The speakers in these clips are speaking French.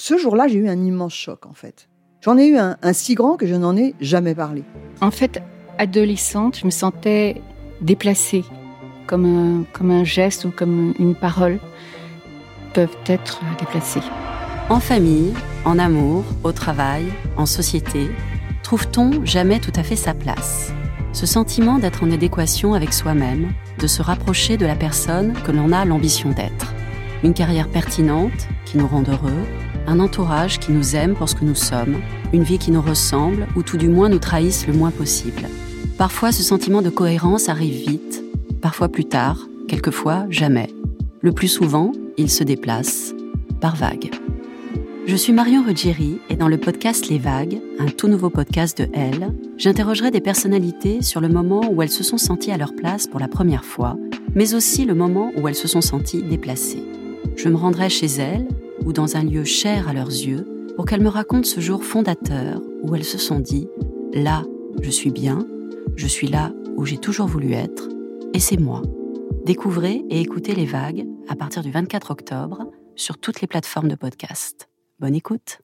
Ce jour-là, j'ai eu un immense choc, en fait. J'en ai eu un si grand que je n'en ai jamais parlé. En fait, adolescente, je me sentais déplacée, comme un geste ou comme une parole peuvent être déplacées. En famille, en amour, au travail, en société, trouve-t-on jamais tout à fait sa place ? Ce sentiment d'être en adéquation avec soi-même, de se rapprocher de la personne que l'on a l'ambition d'être. Une carrière pertinente qui nous rend heureux, un entourage qui nous aime pour ce que nous sommes, une vie qui nous ressemble ou tout du moins nous trahisse le moins possible. Parfois, ce sentiment de cohérence arrive vite, parfois plus tard, quelquefois jamais. Le plus souvent, il se déplace par vagues. Je suis Marion Ruggieri et dans le podcast Les Vagues, un tout nouveau podcast de Elle, j'interrogerai des personnalités sur le moment où elles se sont senties à leur place pour la première fois, mais aussi le moment où elles se sont senties déplacées. Je me rendrai chez elles ou dans un lieu cher à leurs yeux pour qu'elles me racontent ce jour fondateur où elles se sont dit « Là, je suis bien, je suis là où j'ai toujours voulu être, et c'est moi ». Découvrez et écoutez Les Vagues à partir du 24 octobre sur toutes les plateformes de podcast. Bonne écoute.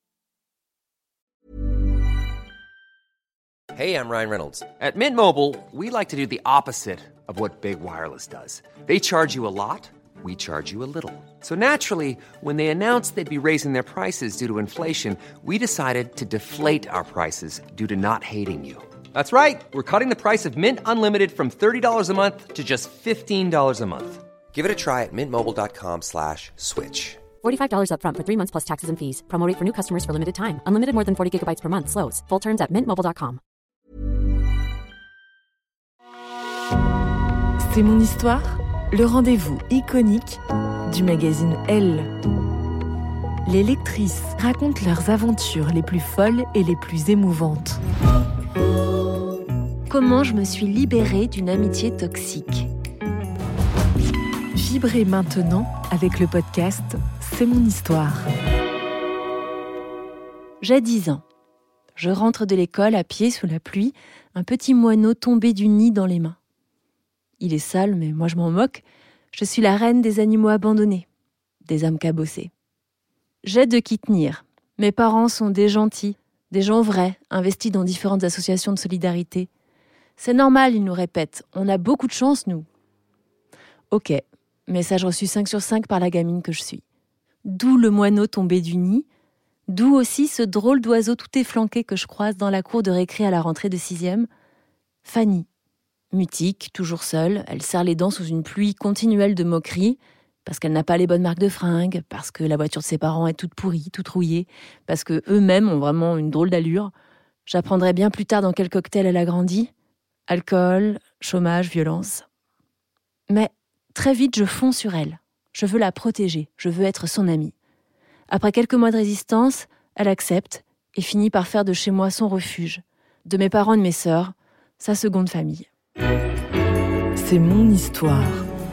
Hey, I'm Ryan Reynolds. At Mint Mobile, we like to do the opposite of what Big Wireless does. They charge you a lot, we charge you a little. So naturally, when they announced they'd be raising their prices due to inflation, we decided to deflate our prices due to not hating you. That's right. We're cutting the price of Mint Unlimited from $30 a month to just $15 a month. Give it a try at mintmobile.com/switch. $45 up front for 3 months plus taxes and fees. Promo rate for new customers for limited time. Unlimited more than 40 gigabytes per month. Slows full terms at mintmobile.com. C'est mon histoire, le rendez-vous iconique du magazine Elle. Les lectrices racontent leurs aventures les plus folles et les plus émouvantes. Comment je me suis libérée d'une amitié toxique. Vibrez maintenant avec le podcast C'est mon histoire. J'ai 10 ans. Je rentre de l'école à pied sous la pluie, un petit moineau tombé du nid dans les mains. Il est sale, mais moi je m'en moque. Je suis la reine des animaux abandonnés, des âmes cabossées. J'ai de qui tenir. Mes parents sont des gentils, des gens vrais, investis dans différentes associations de solidarité. C'est normal, ils nous répètent. On a beaucoup de chance, nous. Ok, message reçu 5 sur 5 par la gamine que je suis. D'où le moineau tombé du nid, d'où aussi ce drôle d'oiseau tout efflanqué que je croise dans la cour de récré à la rentrée de 6e. Fanny. Mutique, toujours seule, elle serre les dents sous une pluie continuelle de moqueries, parce qu'elle n'a pas les bonnes marques de fringues, parce que la voiture de ses parents est toute pourrie, toute rouillée, parce qu'eux-mêmes ont vraiment une drôle d'allure. J'apprendrai bien plus tard dans quel cocktail elle a grandi. Alcool, chômage, violence. Mais très vite, je fonds sur elle. Je veux la protéger, je veux être son amie. Après quelques mois de résistance, elle accepte et finit par faire de chez moi son refuge, de mes parents et de mes sœurs, sa seconde famille. C'est mon histoire.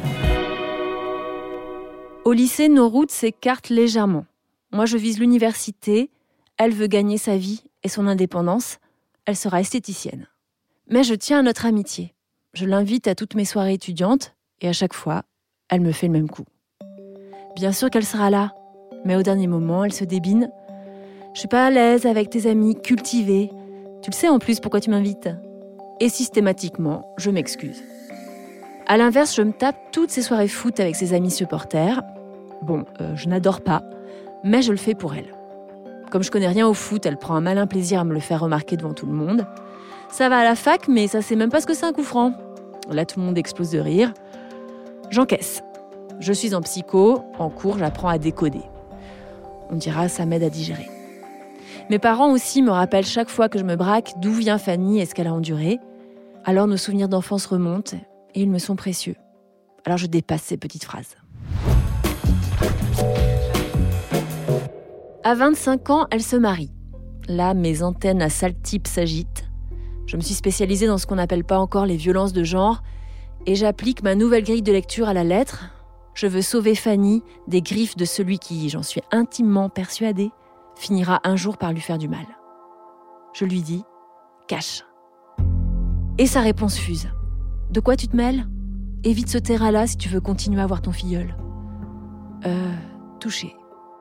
Au lycée, nos routes s'écartent légèrement. Moi, je vise l'université, elle veut gagner sa vie et son indépendance, elle sera esthéticienne. Mais je tiens à notre amitié. Je l'invite à toutes mes soirées étudiantes et à chaque fois, elle me fait le même coup. Bien sûr qu'elle sera là, mais au dernier moment, elle se débine. Je suis pas à l'aise avec tes amis cultivés. Tu le sais en plus pourquoi tu m'invites. Et systématiquement, je m'excuse. À l'inverse, je me tape toutes ces soirées foot avec ses amis supporters. Bon, je n'adore pas, mais je le fais pour elle. Comme je connais rien au foot, elle prend un malin plaisir à me le faire remarquer devant tout le monde. Ça va à la fac, mais ça sait même pas ce que c'est un coup franc. Là, tout le monde explose de rire. J'encaisse. Je suis en psycho, en cours, j'apprends à décoder. On dira, ça m'aide à digérer. Mes parents aussi me rappellent chaque fois que je me braque d'où vient Fanny et ce qu'elle a enduré. Alors nos souvenirs d'enfance remontent et ils me sont précieux. Alors je dépasse ces petites phrases. À 25 ans, elle se marie. Là, mes antennes à sale type s'agitent. Je me suis spécialisée dans ce qu'on n'appelle pas encore les violences de genre et j'applique ma nouvelle grille de lecture à la lettre. Je veux sauver Fanny des griffes de celui qui, j'en suis intimement persuadée, finira un jour par lui faire du mal. Je lui dis « cache ». Et sa réponse fuse. « De quoi tu te mêles ? Évite ce terrain-là si tu veux continuer à voir ton filleul. »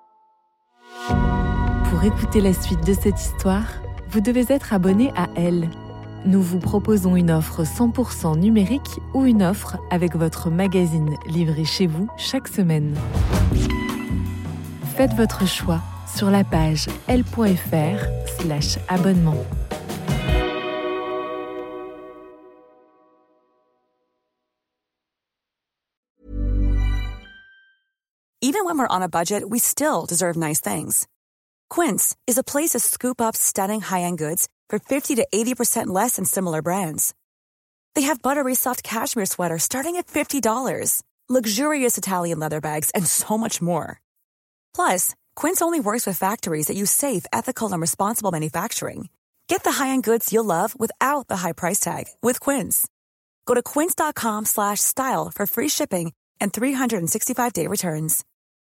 Touché. Pour écouter la suite de cette histoire, vous devez être abonné à Elle. Nous vous proposons une offre 100% numérique ou une offre avec votre magazine livré chez vous chaque semaine. Faites votre choix sur la page elle.fr/abonnement. Even when we're on a budget, we still deserve nice things. Quince is a place to scoop up stunning high-end goods for 50 to 80% less than similar brands. They have buttery soft cashmere sweaters starting at $50, luxurious Italian leather bags, and so much more. Plus, Quince only works with factories that use safe, ethical, and responsible manufacturing. Get the high-end goods you'll love without the high price tag with Quince. Go to quince.com/style for free shipping and 365-day returns.